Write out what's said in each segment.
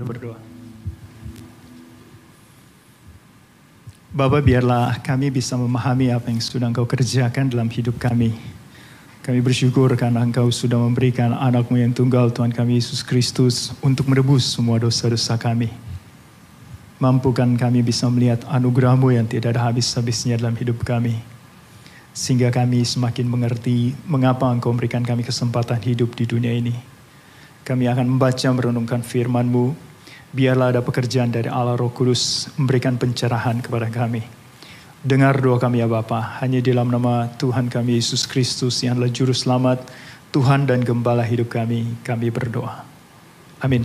Kita berdoa. Bapa, biarlah kami bisa memahami apa yang sudah Engkau kerjakan dalam hidup kami. Kami bersyukur karena Engkau sudah memberikan anak-Mu yang tunggal, Tuhan kami Yesus Kristus, untuk menebus semua dosa-dosa kami. Mampukan kami bisa melihat anugerah-Mu yang tidak ada habis-habisnya dalam hidup kami. Sehingga kami semakin mengerti mengapa Engkau memberikan kami kesempatan hidup di dunia ini. Kami akan membaca merenungkan firman-Mu. Biarlah ada pekerjaan dari Allah Roh Kudus memberikan pencerahan kepada kami. Dengar doa kami ya Bapa, hanya di dalam nama Tuhan kami Yesus Kristus yang adalah Juru Selamat, Tuhan dan Gembala hidup kami berdoa. Amin.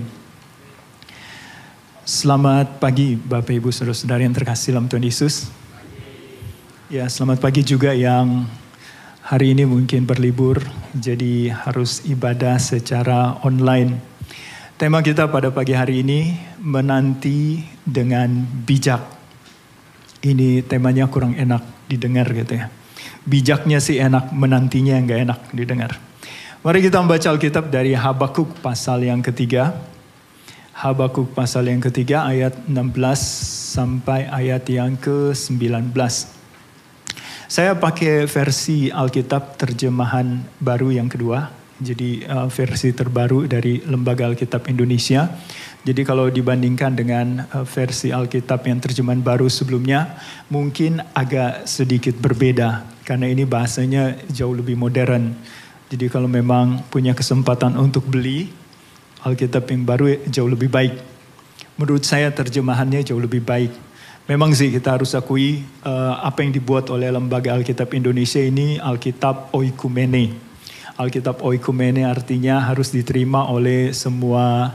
Selamat pagi Bapak Ibu Saudara-saudara yang terkasih dalam Tuhan Yesus. Ya, selamat pagi juga yang hari ini mungkin berlibur, jadi harus ibadah secara online. Tema kita pada pagi hari ini, menanti dengan bijak. Ini temanya kurang enak didengar gitu ya. Bijaknya sih enak, menantinya nggak enak didengar. Mari kita membaca Alkitab dari Habakuk pasal yang ketiga. Habakuk pasal yang ketiga ayat 16 sampai ayat yang ke-19. Saya pakai versi Alkitab terjemahan baru yang kedua. Jadi versi terbaru dari Lembaga Alkitab Indonesia. Jadi kalau dibandingkan dengan versi Alkitab yang terjemahan baru sebelumnya, mungkin agak sedikit berbeda. Karena ini bahasanya jauh lebih modern. Jadi kalau memang punya kesempatan untuk beli Alkitab yang baru, jauh lebih baik. Menurut saya terjemahannya jauh lebih baik. Memang sih kita harus akui apa yang dibuat oleh Lembaga Alkitab Indonesia ini Alkitab Oikumene. Alkitab Oikumene artinya harus diterima oleh semua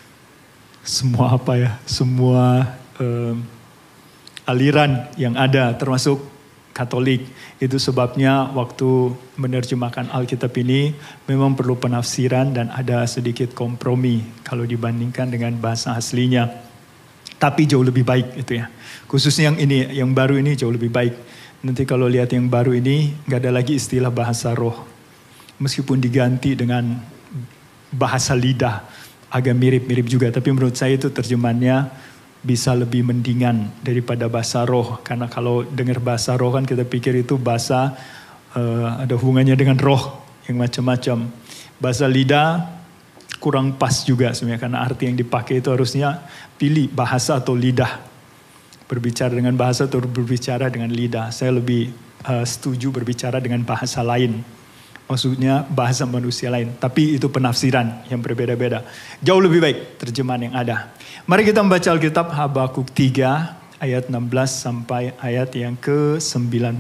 aliran yang ada, termasuk Katolik. Itu sebabnya waktu menerjemahkan Alkitab ini memang perlu penafsiran dan ada sedikit kompromi kalau dibandingkan dengan bahasa aslinya. Tapi jauh lebih baik itu ya. Khususnya yang ini, yang baru ini jauh lebih baik. Nanti kalau lihat yang baru ini nggak ada lagi istilah bahasa roh. Meskipun diganti dengan bahasa lidah, agak mirip-mirip juga. Tapi menurut saya itu terjemahannya bisa lebih mendingan daripada bahasa roh. Karena kalau dengar bahasa roh kan kita pikir itu bahasa ada hubungannya dengan roh yang macam-macam. Bahasa lidah kurang pas juga sebenarnya. Karena arti yang dipakai itu harusnya pilih bahasa atau lidah. Berbicara dengan bahasa atau berbicara dengan lidah. Saya lebih setuju berbicara dengan bahasa lain. Maksudnya bahasa manusia lain. Tapi itu penafsiran yang berbeda-beda. Jauh lebih baik terjemahan yang ada. Mari kita membaca Alkitab Habakuk 3 ayat 16 sampai ayat yang ke-19.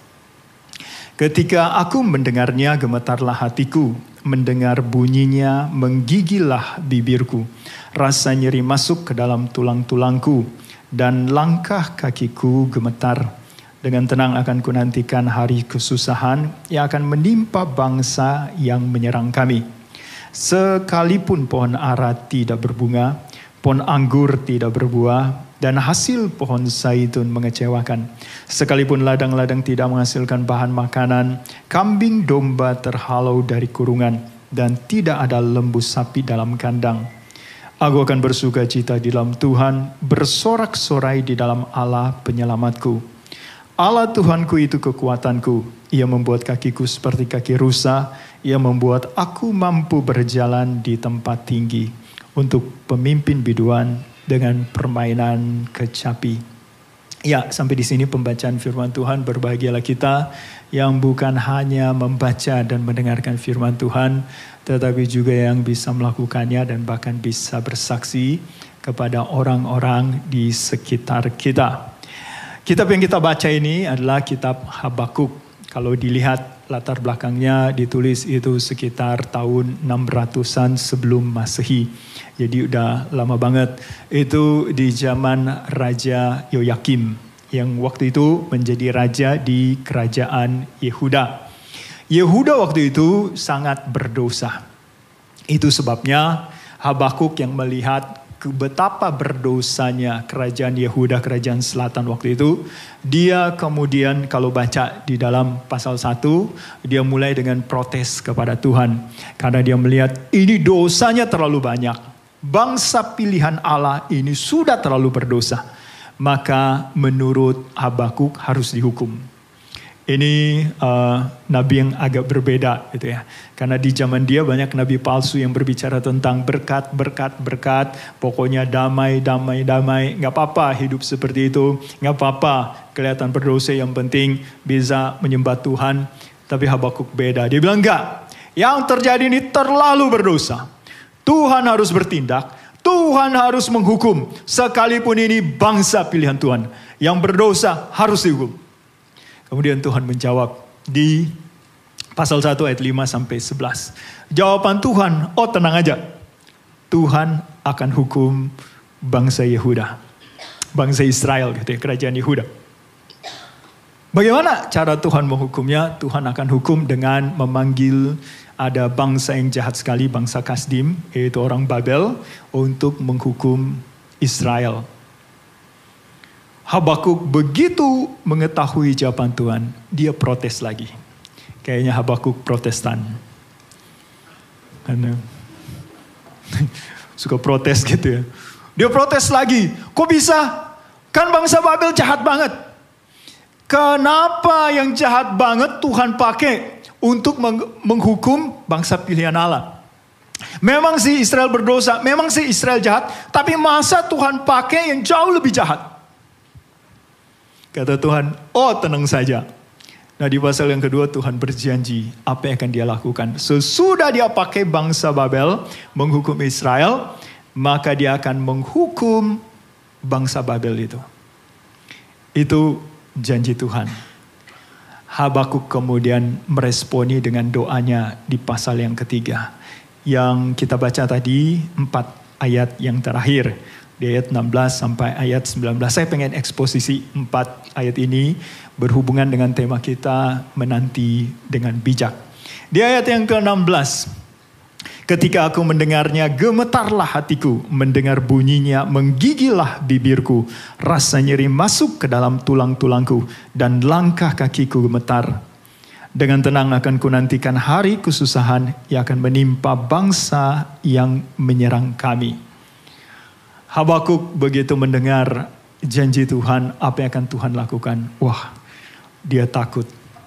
Ketika aku mendengarnya gemetarlah hatiku. Mendengar bunyinya menggigillah bibirku. Rasa nyeri masuk ke dalam tulang-tulangku. Dan langkah kakiku gemetar. Dengan tenang akan kunantikan hari kesusahan yang akan menimpa bangsa yang menyerang kami. Sekalipun pohon ara tidak berbunga, pohon anggur tidak berbuah, dan hasil pohon zaitun mengecewakan. Sekalipun ladang-ladang tidak menghasilkan bahan makanan, kambing domba terhalau dari kurungan, dan tidak ada lembu sapi dalam kandang. Aku akan bersuka cita di dalam Tuhan, bersorak-sorai di dalam Allah penyelamatku. Allah Tuhanku itu kekuatanku. Ia membuat kakiku seperti kaki rusa. Ia membuat aku mampu berjalan di tempat tinggi. Untuk pemimpin biduan dengan permainan kecapi. Ya, sampai di sini pembacaan firman Tuhan. Berbahagialah kita yang bukan hanya membaca dan mendengarkan firman Tuhan, tetapi juga yang bisa melakukannya dan bahkan bisa bersaksi kepada orang-orang di sekitar kita. Kitab yang kita baca ini adalah kitab Habakuk. Kalau dilihat latar belakangnya ditulis itu sekitar tahun 600-an sebelum Masehi. Jadi udah lama banget. Itu di zaman Raja Yoyakim yang waktu itu menjadi raja di kerajaan Yehuda. Yehuda waktu itu sangat berdosa. Itu sebabnya Habakuk yang melihat betapa berdosanya kerajaan Yehuda, kerajaan selatan waktu itu. Dia kemudian kalau baca di dalam pasal 1, dia mulai dengan protes kepada Tuhan. Karena dia melihat ini dosanya terlalu banyak. bangsa pilihan Allah ini sudah terlalu berdosa. Maka menurut Habakuk harus dihukum. Ini nabi yang agak berbeda gitu ya. Karena di zaman dia banyak nabi palsu yang berbicara tentang berkat. Pokoknya damai. Gak apa-apa hidup seperti itu. Gak apa-apa kelihatan berdosa, yang penting bisa menyembah Tuhan. Tapi Habakuk beda. Dia bilang enggak. Yang terjadi ini terlalu berdosa. Tuhan harus bertindak. Tuhan harus menghukum. Sekalipun ini bangsa pilihan Tuhan. Yang berdosa harus dihukum. Kemudian Tuhan menjawab di pasal 1 ayat 5 sampai 11. Jawaban Tuhan, oh tenang aja. Tuhan akan hukum bangsa Yehuda. Bangsa Israel gitu ya, kerajaan Yehuda. Bagaimana cara Tuhan menghukumnya? Tuhan akan hukum dengan memanggil ada bangsa yang jahat sekali, bangsa Kasdim, yaitu orang Babel, untuk menghukum Israel. Habakuk begitu mengetahui jawaban Tuhan, dia protes lagi. Kayaknya Habakuk Protestan. Karena suka protes gitu ya. Dia protes lagi. Kok bisa? Kan bangsa Babel jahat banget. Kenapa yang jahat banget Tuhan pakai untuk menghukum bangsa pilihan Allah? Memang sih Israel berdosa, memang sih Israel jahat, tapi masa Tuhan pakai yang jauh lebih jahat? Kata Tuhan, oh tenang saja. Nah di pasal yang kedua Tuhan berjanji apa yang akan dia lakukan. Sesudah dia pakai bangsa Babel menghukum Israel, maka dia akan menghukum bangsa Babel itu. Itu janji Tuhan. Habakuk kemudian meresponi dengan doanya di pasal yang ketiga. Yang kita baca tadi 4 ayat yang terakhir. Di ayat 16 sampai ayat 19. Saya pengen eksposisi 4 ayat ini berhubungan dengan tema kita menanti dengan bijak. Di ayat yang ke-16. Ketika aku mendengarnya, gemetarlah hatiku. Mendengar bunyinya, menggigillah bibirku. Rasa nyeri masuk ke dalam tulang-tulangku. Dan langkah kakiku gemetar. Dengan tenang akan kunantikan hari kesusahan yang akan menimpa bangsa yang menyerang kami. Habakuk begitu mendengar janji Tuhan, apa yang akan Tuhan lakukan? Wah, dia takut.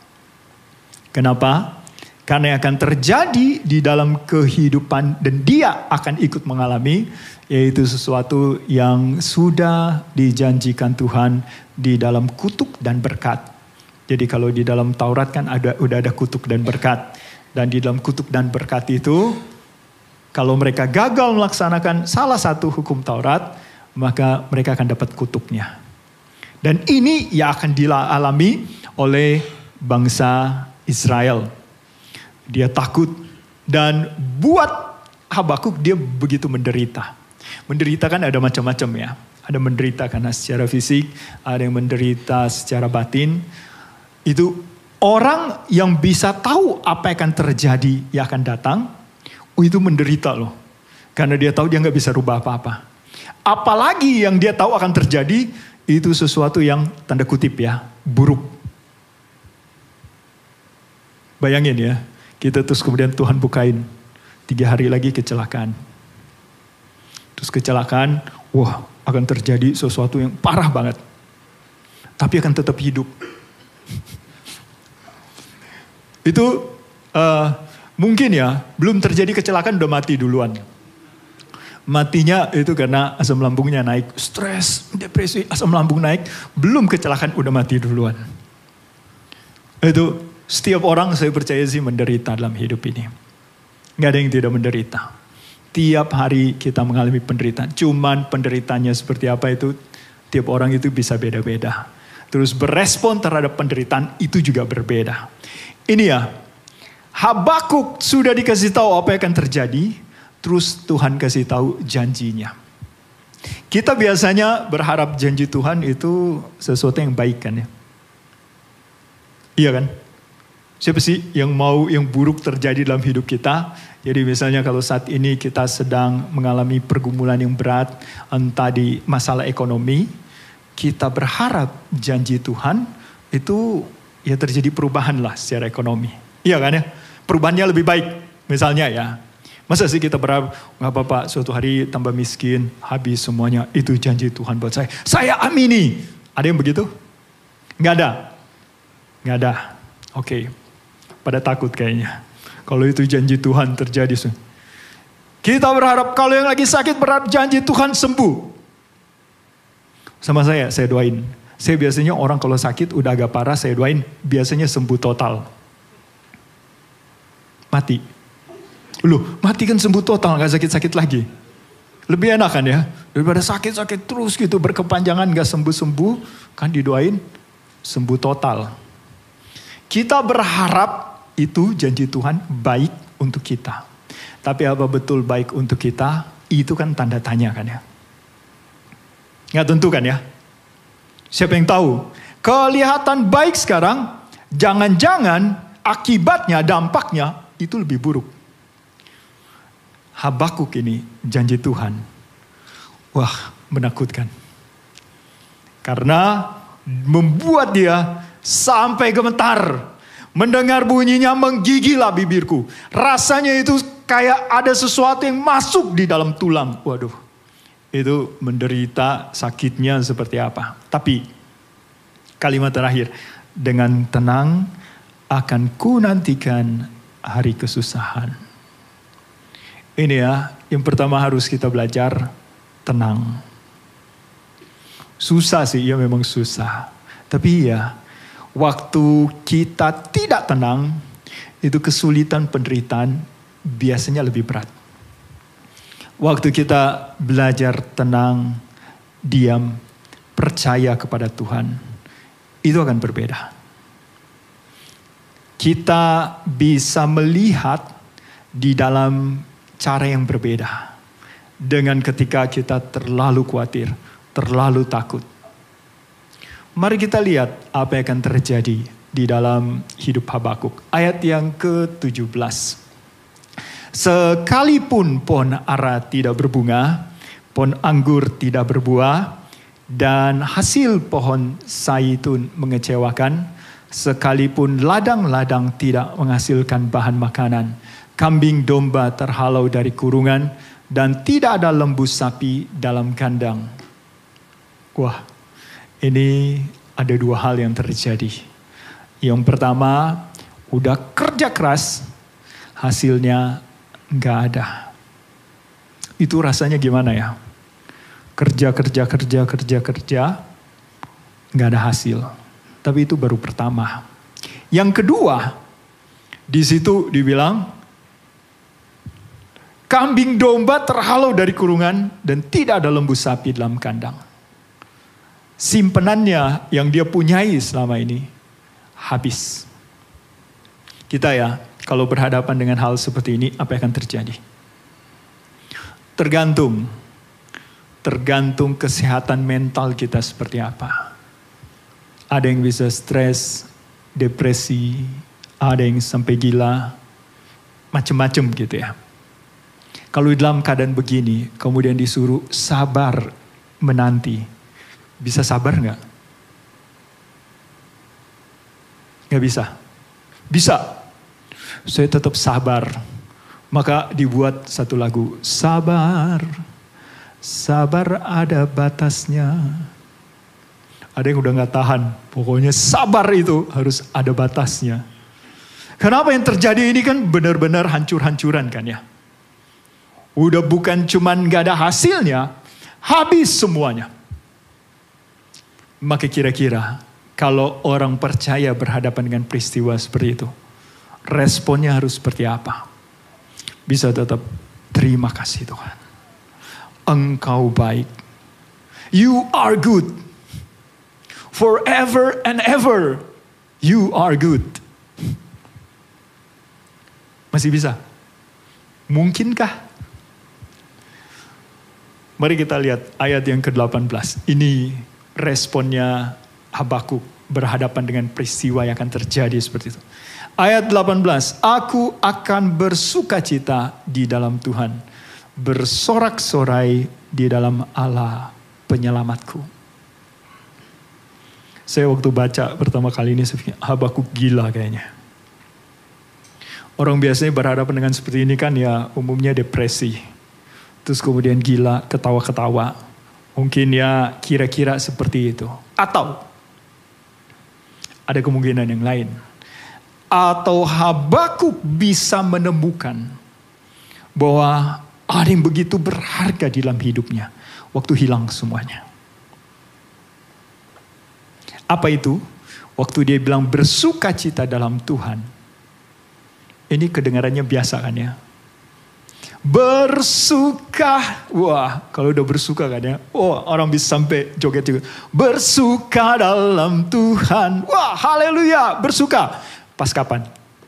Kenapa? Karena yang akan terjadi di dalam kehidupan dan dia akan ikut mengalami, yaitu sesuatu yang sudah dijanjikan Tuhan di dalam kutuk dan berkat. Jadi kalau di dalam Taurat kan udah ada kutuk dan berkat. Dan di dalam kutuk dan berkat itu, kalau mereka gagal melaksanakan salah satu hukum Taurat, maka mereka akan dapat kutuknya. Dan ini yang akan dialami oleh bangsa Israel. Dia takut dan buat Habakuk dia begitu menderita. Menderita kan ada macam-macam ya. Ada menderita karena secara fisik, ada yang menderita secara batin. Itu orang yang bisa tahu apa yang akan terjadi, yang akan datang, itu menderita loh. Karena dia tahu dia gak bisa rubah apa-apa. Apalagi yang dia tahu akan terjadi, itu sesuatu yang tanda kutip ya, buruk. Bayangin ya, kita terus kemudian Tuhan bukain, 3 hari lagi kecelakaan. Terus kecelakaan, wah akan terjadi sesuatu yang parah banget. Tapi akan tetap hidup. Itu mungkin ya, belum terjadi kecelakaan udah mati duluan. Matinya itu karena asam lambungnya naik, stres, depresi, asam lambung naik, belum kecelakaan udah mati duluan. Itu setiap orang saya percaya sih menderita dalam hidup ini. Gak ada yang tidak menderita. Tiap hari kita mengalami penderitaan. Cuman penderitanya seperti apa itu, tiap orang itu bisa beda-beda. Terus berespon terhadap penderitaan itu juga berbeda. Ini ya, Habakuk sudah dikasih tahu apa yang akan terjadi, terus Tuhan kasih tahu janjinya. Kita biasanya berharap janji Tuhan itu sesuatu yang baik kan ya. Iya kan? Siapa sih yang mau yang buruk terjadi dalam hidup kita? Jadi misalnya kalau saat ini kita sedang mengalami pergumulan yang berat, entah di masalah ekonomi, kita berharap janji Tuhan itu ya terjadi perubahan lah secara ekonomi. Iya kan ya? Perubahannya lebih baik. Misalnya ya, Masa sih kita berharap, nggak apa-apa suatu hari tambah miskin, habis semuanya, itu janji Tuhan buat saya. Saya amini. Ada yang begitu? Nggak ada. Nggak ada. Oke. Pada takut kayaknya. Kalau itu janji Tuhan terjadi. Kita berharap kalau yang lagi sakit berharap janji Tuhan sembuh. Sama saya doain. Saya biasanya orang kalau sakit udah agak parah, saya doain biasanya sembuh total. Mati. Loh, mati kan sembuh total, gak sakit-sakit lagi. Lebih enak kan ya? Daripada sakit-sakit terus gitu, berkepanjangan gak sembuh-sembuh, kan didoain sembuh total. Kita berharap itu janji Tuhan baik untuk kita. Tapi apa betul baik untuk kita? Itu kan tanda tanya kan ya? Gak tentu kan ya? Siapa yang tahu? Kelihatan baik sekarang, jangan-jangan akibatnya, dampaknya itu lebih buruk. Habakuk ini janji Tuhan. Wah, menakutkan. Karena membuat dia sampai gemetar. Mendengar bunyinya menggigillah bibirku. Rasanya itu kayak ada sesuatu yang masuk di dalam tulang. Waduh, itu menderita sakitnya seperti apa. Tapi kalimat terakhir, dengan tenang akan ku nantikan hari kesusahan. Ini ya, yang pertama harus kita belajar tenang. Susah sih, ya memang susah. Tapi ya, waktu kita tidak tenang, itu kesulitan penderitaan biasanya lebih berat. Waktu kita belajar tenang, diam, percaya kepada Tuhan, itu akan berbeda. Kita bisa melihat di dalam cara yang berbeda dengan ketika kita terlalu khawatir, terlalu takut. Mari kita lihat apa yang akan terjadi di dalam hidup Habakuk. Ayat yang ke-17. Sekalipun pohon ara tidak berbunga, pohon anggur tidak berbuah, dan hasil pohon zaitun mengecewakan, sekalipun ladang-ladang tidak menghasilkan bahan makanan, kambing domba terhalau dari kurungan, dan tidak ada lembu sapi dalam kandang. Wah, ini ada dua hal yang terjadi. Yang pertama, udah kerja keras, hasilnya nggak ada. Itu rasanya gimana ya? Kerja, nggak ada hasil. Tapi itu baru pertama. Yang kedua, di situ dibilang, kambing domba terhalau dari kurungan dan tidak ada lembu sapi dalam kandang. Simpenannya yang dia punyai selama ini habis. Kita ya, kalau berhadapan dengan hal seperti ini, apa yang akan terjadi? Tergantung kesehatan mental kita seperti apa. Ada yang bisa stres, depresi, ada yang sampai gila, macam-macam gitu ya. Kalau dalam keadaan begini, kemudian disuruh sabar menanti. Bisa sabar nggak? Nggak bisa. Bisa. Saya tetap sabar. Maka dibuat satu lagu. Sabar. Sabar ada batasnya. Ada yang udah nggak tahan. Pokoknya sabar itu harus ada batasnya. Kenapa yang terjadi ini kan benar-benar hancur-hancuran kan ya. Udah bukan cuman gak ada hasilnya, habis semuanya. Maka kira-kira kalau orang percaya berhadapan dengan peristiwa seperti itu, responnya harus seperti apa? Bisa tetap terima kasih Tuhan. Engkau baik. You are good. Forever and ever, you are good. Masih bisa? Mungkinkah? Mari kita lihat ayat yang ke-18. Ini responnya Habakuk berhadapan dengan peristiwa yang akan terjadi seperti itu. Ayat 18. Aku akan bersukacita di dalam Tuhan. Bersorak-sorai di dalam Allah penyelamatku. Saya waktu baca pertama kali ini, saya pikir Habakuk gila kayaknya. Orang biasanya berhadapan dengan seperti ini kan ya umumnya depresi. Terus kemudian gila, ketawa-ketawa. Mungkin ya kira-kira seperti itu. Atau ada kemungkinan yang lain. Atau Habakuk bisa menemukan bahwa ada yang begitu berharga di dalam hidupnya. Waktu hilang semuanya. Apa itu? Waktu dia bilang bersuka cita dalam Tuhan. Ini kedengarannya biasa kan ya. Bersuka. Wah, kalau udah bersuka kan ya. Oh, orang bisa sampai joget juga. Bersuka dalam Tuhan. Wah, haleluya, bersuka. Pas kapan?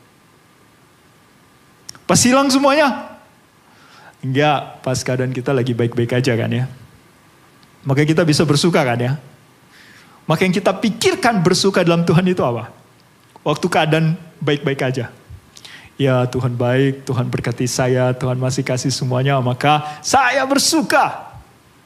Pas hilang semuanya? Enggak, pas keadaan kita lagi baik-baik aja kan ya. Makanya kita bisa bersuka kan ya. Maka yang kita pikirkan bersuka dalam Tuhan itu apa? Waktu keadaan baik-baik aja. Ya Tuhan baik, Tuhan berkati saya, Tuhan masih kasih semuanya, maka saya bersuka.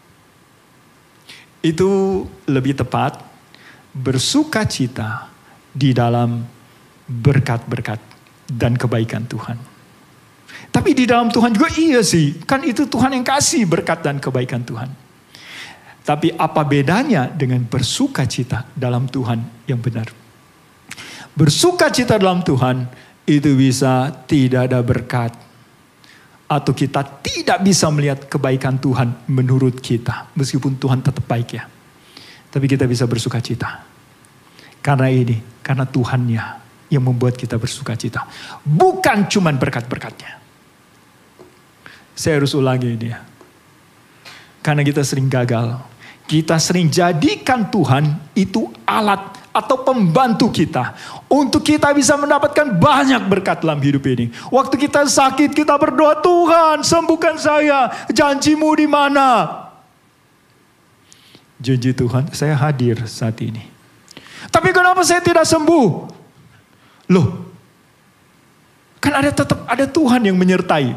Itu lebih tepat, bersuka cita di dalam berkat-berkat dan kebaikan Tuhan. Tapi di dalam Tuhan juga iya sih, kan itu Tuhan yang kasih berkat dan kebaikan Tuhan. Tapi apa bedanya dengan bersuka cita dalam Tuhan yang benar? Bersuka cita dalam Tuhan itu bisa tidak ada berkat. Atau kita tidak bisa melihat kebaikan Tuhan menurut kita. Meskipun Tuhan tetap baik ya. Tapi kita bisa bersuka cita. Karena ini, karena Tuhannya yang membuat kita bersuka cita. Bukan cuma berkat-berkatnya. Saya harus ulangi ini ya. Karena kita sering gagal. Kita sering jadikan Tuhan itu alat atau pembantu kita. Untuk kita bisa mendapatkan banyak berkat dalam hidup ini. Waktu kita sakit, kita berdoa, Tuhan sembuhkan saya. Janjimu di mana? Janji Tuhan, saya hadir saat ini. Tapi kenapa saya tidak sembuh? Loh, kan tetap ada Tuhan yang menyertai.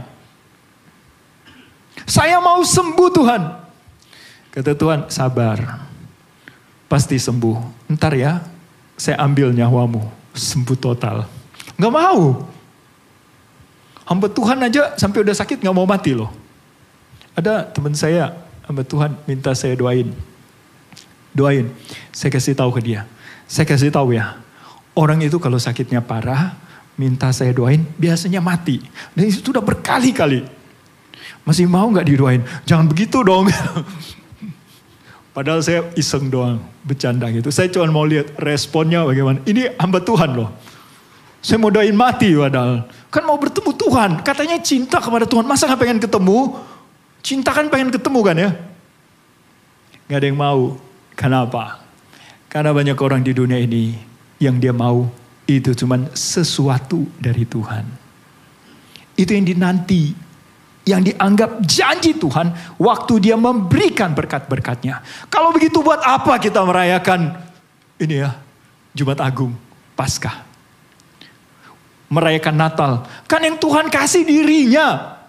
Saya mau sembuh Tuhan. Kata Tuhan, sabar. Pasti sembuh. Ntar ya, saya ambil nyawamu. Sembuh total. Gak mau. Hamba Tuhan aja sampai udah sakit gak mau mati loh. Ada teman saya, hamba Tuhan minta saya doain. Doain. Saya kasih tahu ke dia. Saya kasih tahu ya. Orang itu kalau sakitnya parah, minta saya doain, biasanya mati. Dan itu udah berkali-kali. Masih mau gak didoain? Jangan begitu dong. Padahal saya iseng doang, bercanda gitu. Saya cuma mau lihat responnya bagaimana. Ini hamba Tuhan loh. Saya mau doain mati padahal. Kan mau bertemu Tuhan. Katanya cinta kepada Tuhan. Masa gak pengen ketemu? Cinta kan pengen ketemu kan ya? Gak ada yang mau. Kenapa? Karena banyak orang di dunia ini yang dia mau itu cuma sesuatu dari Tuhan. Itu yang dinanti. Yang dianggap janji Tuhan waktu dia memberikan berkat-berkatnya. Kalau begitu buat apa kita merayakan ini ya, Jumat Agung, Paskah. Merayakan Natal. Kan yang Tuhan kasih dirinya.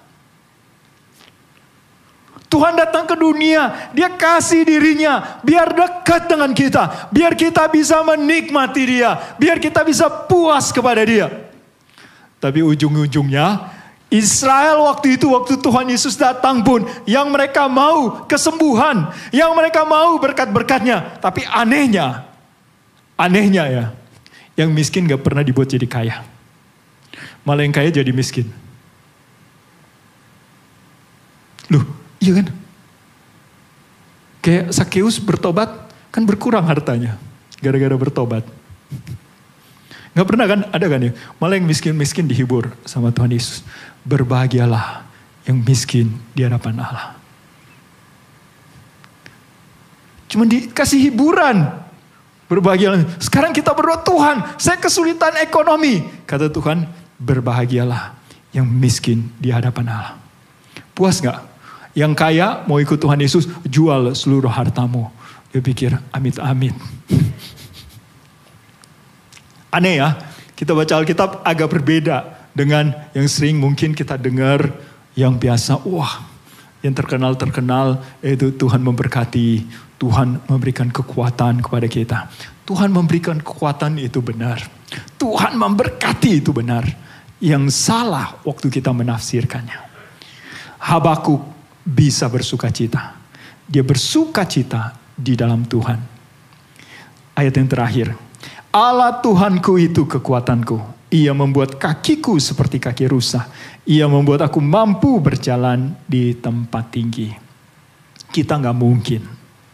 Tuhan datang ke dunia, dia kasih dirinya biar dekat dengan kita. Biar kita bisa menikmati dia. Biar kita bisa puas kepada dia. Tapi ujung-ujungnya Israel waktu itu, waktu Tuhan Yesus datang pun, yang mereka mau kesembuhan, yang mereka mau berkat-berkatnya. Tapi anehnya ya, yang miskin gak pernah dibuat jadi kaya. Malah yang kaya jadi miskin. Loh, iya kan? Kayak Sakeus bertobat, kan berkurang hartanya, gara-gara bertobat. Gak pernah kan, ada kan ya? Malah yang miskin-miskin dihibur sama Tuhan Yesus. Berbahagialah yang miskin di hadapan Allah. Cuma dikasih hiburan. Berbahagialah. Sekarang kita berdoa, Tuhan, saya kesulitan ekonomi. Kata Tuhan, berbahagialah yang miskin di hadapan Allah. Puas gak? Yang kaya mau ikut Tuhan Yesus, jual seluruh hartamu. Dia pikir, amit-amit. Aneh ya, kita baca Alkitab agak berbeda dengan yang sering mungkin kita dengar yang biasa. Wah, yang terkenal itu Tuhan memberkati, Tuhan memberikan kekuatan kepada kita. Tuhan memberikan kekuatan itu benar. Tuhan memberkati itu benar. yang salah waktu kita menafsirkannya. Habakuk bisa bersuka cita. Dia bersuka cita di dalam Tuhan. Ayat yang terakhir. Allah Tuhanku itu kekuatanku. Ia membuat kakiku seperti kaki rusa. Ia membuat aku mampu berjalan di tempat tinggi. Kita nggak mungkin.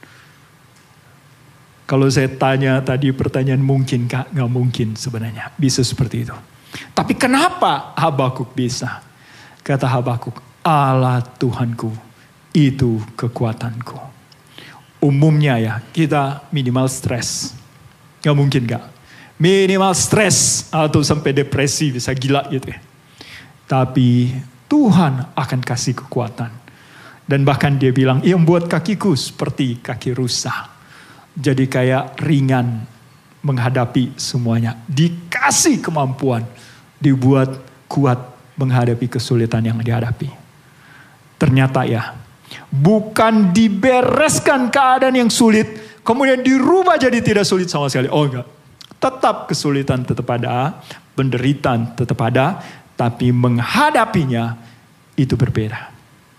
Kalau saya tanya tadi pertanyaan mungkin kak? Nggak mungkin sebenarnya. Bisa seperti itu. Tapi kenapa Habakuk bisa? Kata Habakuk, Allah Tuhanku itu kekuatanku. Umumnya ya kita minimal stres. Nggak mungkin kak? Minimal stres atau sampai depresi bisa gila gitu ya. Tapi Tuhan akan kasih kekuatan. Dan bahkan dia bilang, ia membuat kakiku seperti kaki rusa. Jadi kayak ringan menghadapi semuanya. Dikasih kemampuan. Dibuat kuat menghadapi kesulitan yang dihadapi. Ternyata ya, bukan dibereskan keadaan yang sulit, kemudian dirubah jadi tidak sulit sama sekali. Oh enggak. Tetap kesulitan tetap ada, penderitaan tetap ada, tapi menghadapinya itu berbeda.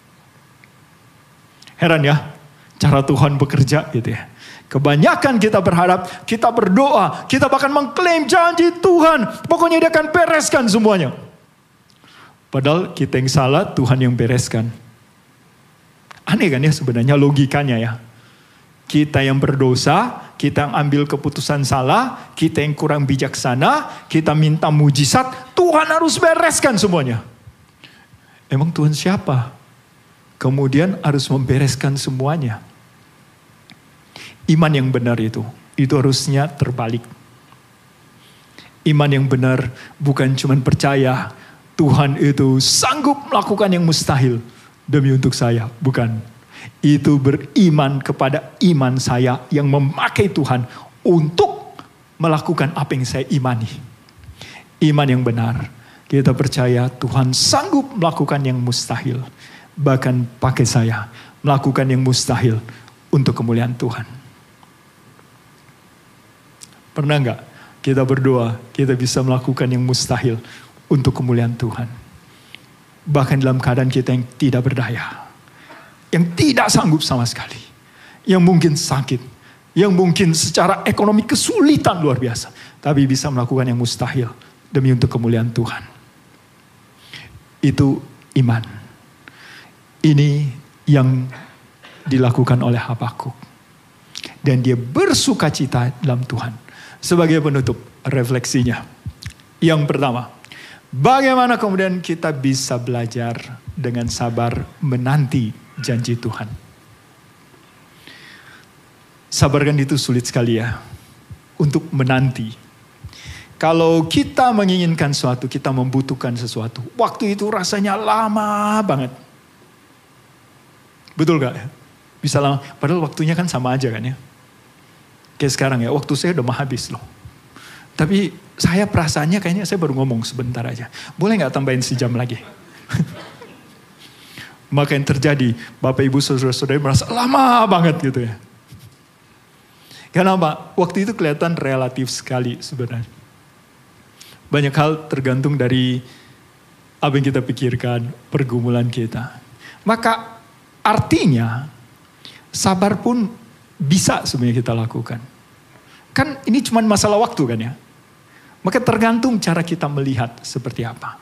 Heran ya, cara Tuhan bekerja gitu ya. Kebanyakan kita berharap, kita berdoa, kita bahkan mengklaim janji Tuhan, pokoknya dia akan bereskan semuanya. Padahal kita yang salah, Tuhan yang bereskan. Aneh kan ya sebenarnya logikanya ya. Kita yang berdosa, kita yang ambil keputusan salah, kita yang kurang bijaksana, kita minta mujizat, Tuhan harus bereskan semuanya. Emang Tuhan siapa? Kemudian harus membereskan semuanya. Iman yang benar itu harusnya terbalik. Iman yang benar bukan cuma percaya Tuhan itu sanggup melakukan yang mustahil demi untuk saya, bukan. Itu beriman kepada iman saya yang memakai Tuhan untuk melakukan apa yang saya imani. Iman yang benar. Kita percaya Tuhan sanggup melakukan yang mustahil. Bahkan pakai saya melakukan yang mustahil untuk kemuliaan Tuhan. Pernah enggak kita berdoa, kita bisa melakukan yang mustahil untuk kemuliaan Tuhan. Bahkan dalam keadaan kita yang tidak berdaya. Yang tidak sanggup sama sekali. Yang mungkin sakit. Yang mungkin secara ekonomi kesulitan luar biasa. Tapi bisa melakukan yang mustahil demi untuk kemuliaan Tuhan. Itu iman. Ini yang dilakukan oleh Habakuk. Dan dia bersuka cita dalam Tuhan. Sebagai penutup refleksinya. Yang pertama, bagaimana kemudian kita bisa belajar dengan sabar menanti janji Tuhan. Sabar kan itu sulit sekali ya. Untuk menanti. Kalau kita menginginkan sesuatu, kita membutuhkan sesuatu. Waktu itu rasanya lama banget. Betul gak? Bisa lama. Padahal waktunya kan sama aja kan ya. Kayak sekarang ya, waktu saya udah mau habis loh. Tapi saya perasaannya kayaknya saya baru ngomong sebentar aja. Boleh gak tambahin sejam lagi? Maka yang terjadi, Bapak Ibu Saudara-saudara merasa lama banget gitu ya. Kenapa? Waktu itu kelihatan relatif sekali sebenarnya. Banyak hal tergantung dari apa yang kita pikirkan, pergumulan kita. Maka artinya sabar pun bisa sebenarnya kita lakukan. Kan ini cuma masalah waktu kan ya. Maka tergantung cara kita melihat seperti apa.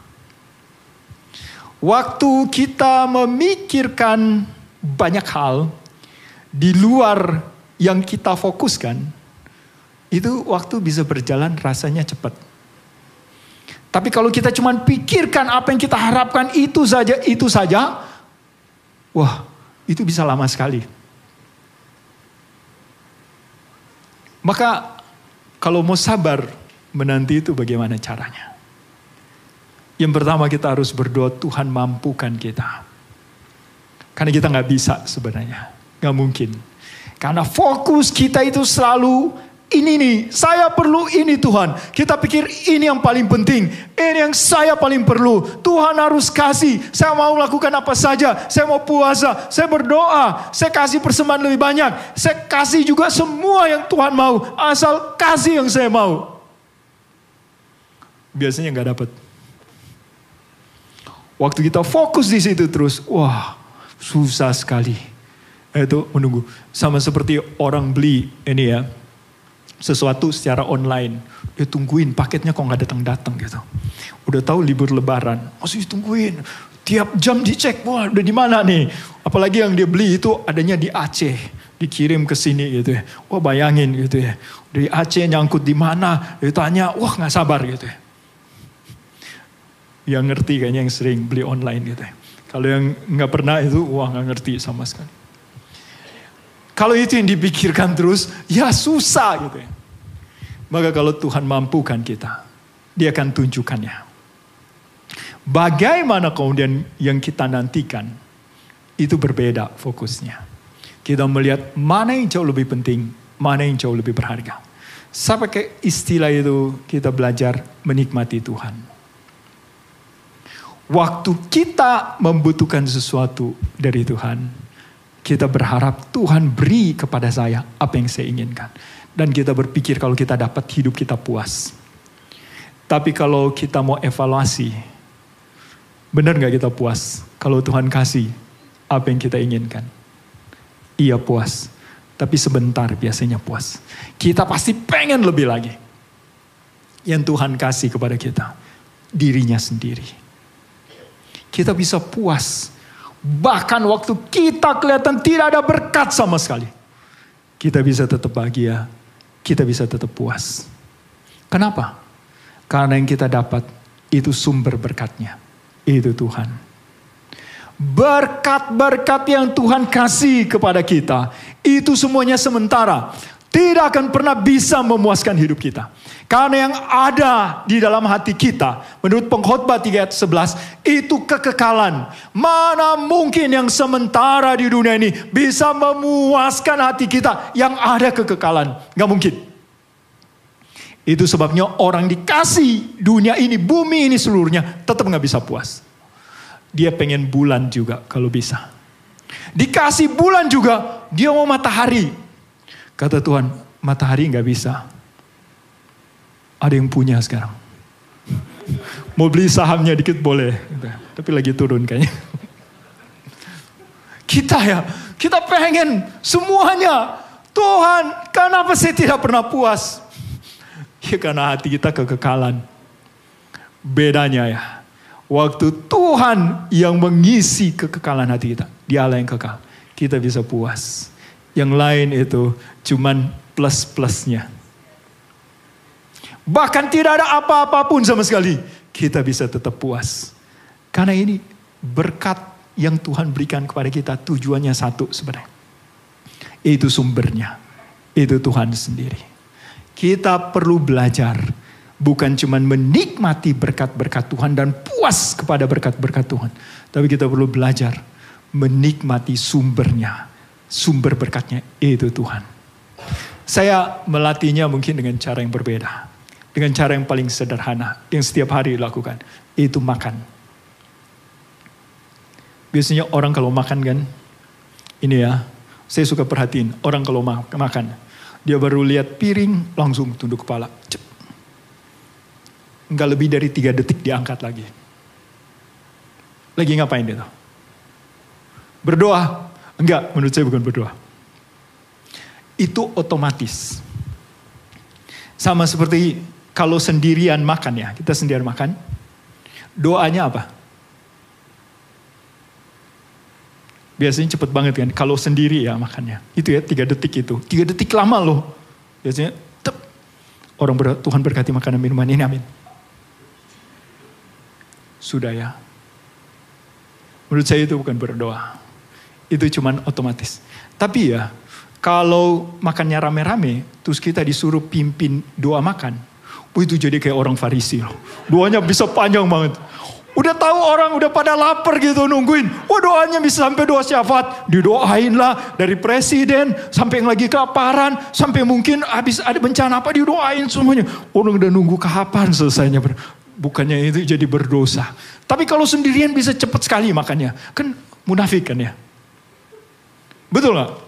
Waktu kita memikirkan banyak hal di luar yang kita fokuskan, itu waktu bisa berjalan rasanya cepat. Tapi kalau kita cuma pikirkan apa yang kita harapkan itu saja, wah itu bisa lama sekali. Maka kalau mau sabar menanti itu bagaimana caranya? Yang pertama kita harus berdoa Tuhan mampukan kita. Karena kita gak bisa sebenarnya. Gak mungkin. Karena fokus kita itu selalu ini nih. Saya perlu ini Tuhan. Kita pikir ini yang paling penting. Ini yang saya paling perlu. Tuhan harus kasih. Saya mau lakukan apa saja. Saya mau puasa. Saya berdoa. Saya kasih persembahan lebih banyak. Saya kasih juga semua yang Tuhan mau. Asal kasih yang saya mau. Biasanya gak dapat. Waktu kita fokus di situ terus, wah susah sekali. Itu menunggu. Sama seperti orang beli ini ya, sesuatu secara online. Dia tungguin paketnya kok nggak datang-datang gitu. Udah tahu libur lebaran, masih tungguin. Tiap jam dicek, wah udah di mana nih. Apalagi yang dia beli itu adanya di Aceh. Dikirim ke sini gitu ya. Wah bayangin gitu ya. Dari Aceh nyangkut di mana. Dia tanya, wah gak sabar gitu ya. Yang ngerti kayaknya yang sering beli online gitu ya. Kalau yang gak pernah itu, wah gak ngerti sama sekali. Kalau itu yang dipikirkan terus, ya susah gitu ya. Maka kalau Tuhan mampukan kita, Dia akan tunjukkannya. Bagaimana kemudian yang kita nantikan, itu berbeda fokusnya. Kita melihat mana yang jauh lebih penting, mana yang jauh lebih berharga. Sampai ke istilah itu kita belajar menikmati Tuhan. Waktu kita membutuhkan sesuatu dari Tuhan, kita berharap Tuhan beri kepada saya apa yang saya inginkan. Dan kita berpikir kalau kita dapat hidup kita puas. Tapi kalau kita mau evaluasi, benar gak kita puas kalau Tuhan kasih apa yang kita inginkan? Iya puas, tapi sebentar biasanya puas. Kita pasti pengen lebih lagi. Yang Tuhan kasih kepada kita, dirinya sendiri. Kita bisa puas, bahkan waktu kita kelihatan tidak ada berkat sama sekali. Kita bisa tetap bahagia, kita bisa tetap puas. Kenapa? Karena yang kita dapat itu sumber berkatnya, itu Tuhan. Berkat-berkat yang Tuhan kasih kepada kita, itu semuanya sementara. Tidak akan pernah bisa memuaskan hidup kita. Karena yang ada di dalam hati kita, menurut Pengkhotbah 3 ayat 11, itu kekekalan. Mana mungkin yang sementara di dunia ini bisa memuaskan hati kita yang ada kekekalan? Gak mungkin. Itu sebabnya orang dikasih dunia ini, bumi ini seluruhnya, tetap gak bisa puas. Dia pengen bulan juga kalau bisa. Dikasih bulan juga, dia mau matahari. Kata Tuhan, matahari gak bisa. Ada yang punya sekarang. Mau beli sahamnya dikit boleh. Tapi lagi turun kayaknya. Kita pengen semuanya. Tuhan, kenapa saya tidak pernah puas? Ya karena hati kita kekekalan. Bedanya ya. Waktu Tuhan yang mengisi kekekalan hati kita. Dialah yang kekal. Kita bisa puas. Yang lain itu cuman plus-plusnya. Bahkan tidak ada apa-apapun sama sekali. Kita bisa tetap puas. Karena ini berkat yang Tuhan berikan kepada kita. Tujuannya satu sebenarnya. Itu sumbernya. Itu Tuhan sendiri. Kita perlu belajar. Bukan cuma menikmati berkat-berkat Tuhan dan puas kepada berkat-berkat Tuhan. Tapi kita perlu belajar menikmati sumbernya. Sumber berkatnya itu Tuhan. Saya melatihnya mungkin dengan cara yang berbeda. Dengan cara yang paling sederhana. Yang setiap hari dilakukan. Itu makan. Biasanya orang kalau makan kan. Ini ya. Saya suka perhatiin. Orang kalau makan. Dia baru lihat piring langsung tunduk kepala. Cep. Enggak lebih dari 3 detik diangkat lagi. Lagi ngapain dia tuh? Berdoa? Enggak, menurut saya bukan berdoa. Itu otomatis. Sama seperti kalau sendirian makan ya. Kita sendirian makan. Doanya apa? Biasanya cepet banget kan. Kalau sendiri ya makannya. Itu ya 3 detik itu. 3 detik lama loh. Biasanya orang berdoa, Tuhan berkati makanan minuman ini, amin. Sudah ya. Menurut saya itu bukan berdoa. Itu cuman otomatis. Tapi ya, kalau makannya rame-rame, terus kita disuruh pimpin doa makan. Itu jadi kayak orang Farisi loh. Doanya bisa panjang banget. Udah tahu orang udah pada lapar gitu nungguin. Doanya bisa sampai doa syafaat. Didoain lah dari presiden sampai yang lagi kelaparan. Sampai mungkin habis ada bencana apa didoain semuanya. Orang udah nunggu kapan selesainya. Bukannya itu jadi berdosa. Tapi kalau sendirian bisa cepat sekali makannya. Kan munafik kan ya. Betul gak?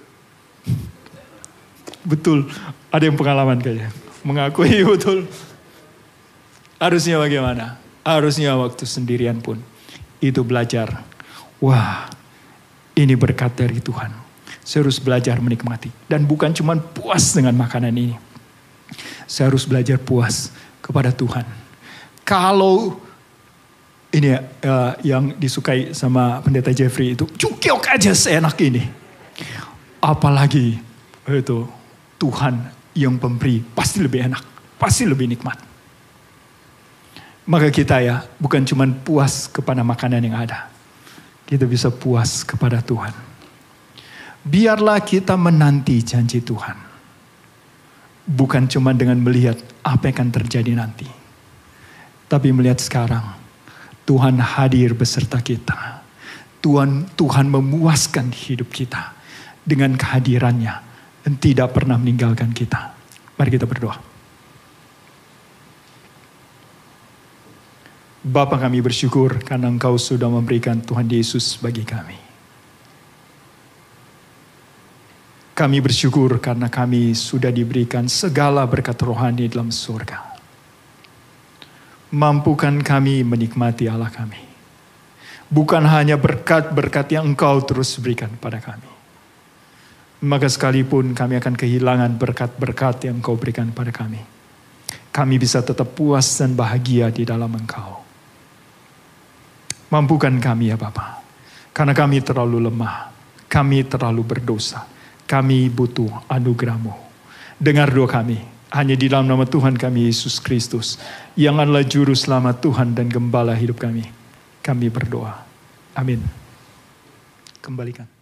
Betul. Ada yang pengalaman kayaknya. Mengakui betul. Harusnya bagaimana? Harusnya waktu sendirian pun. itu belajar. Wah, ini berkat dari Tuhan. Saya harus belajar menikmati. Dan bukan cuma puas dengan makanan ini. Saya harus belajar puas kepada Tuhan. Kalau ini yang disukai sama Pendeta Jeffrey itu, cukiok aja seenak ini. Apalagi itu Tuhan yang pemberi, pasti lebih enak, pasti lebih nikmat. Maka kita ya bukan cuma puas kepada makanan yang ada. Kita bisa puas kepada Tuhan. Biarlah kita menanti janji Tuhan. Bukan cuma dengan melihat apa yang akan terjadi nanti. Tapi melihat sekarang. Tuhan hadir beserta kita. Tuhan memuaskan hidup kita. Dengan kehadirannya. Dan tidak pernah meninggalkan kita. Mari kita berdoa. Bapa, kami bersyukur karena Engkau sudah memberikan Tuhan Yesus bagi kami. Kami bersyukur karena kami sudah diberikan segala berkat rohani dalam surga. Mampukan kami menikmati Allah kami. Bukan hanya berkat-berkat yang Engkau terus berikan pada kami. Maka sekalipun kami akan kehilangan berkat-berkat yang Engkau berikan pada kami. Kami bisa tetap puas dan bahagia di dalam Engkau. Mampukan kami ya Bapa. Karena kami terlalu lemah. Kami terlalu berdosa. Kami butuh anugerah-Mu. Dengar doa kami. Hanya di dalam nama Tuhan kami Yesus Kristus. Yang adalah juru selamat Tuhan dan gembala hidup kami. Kami berdoa. Amin. Kembalikan.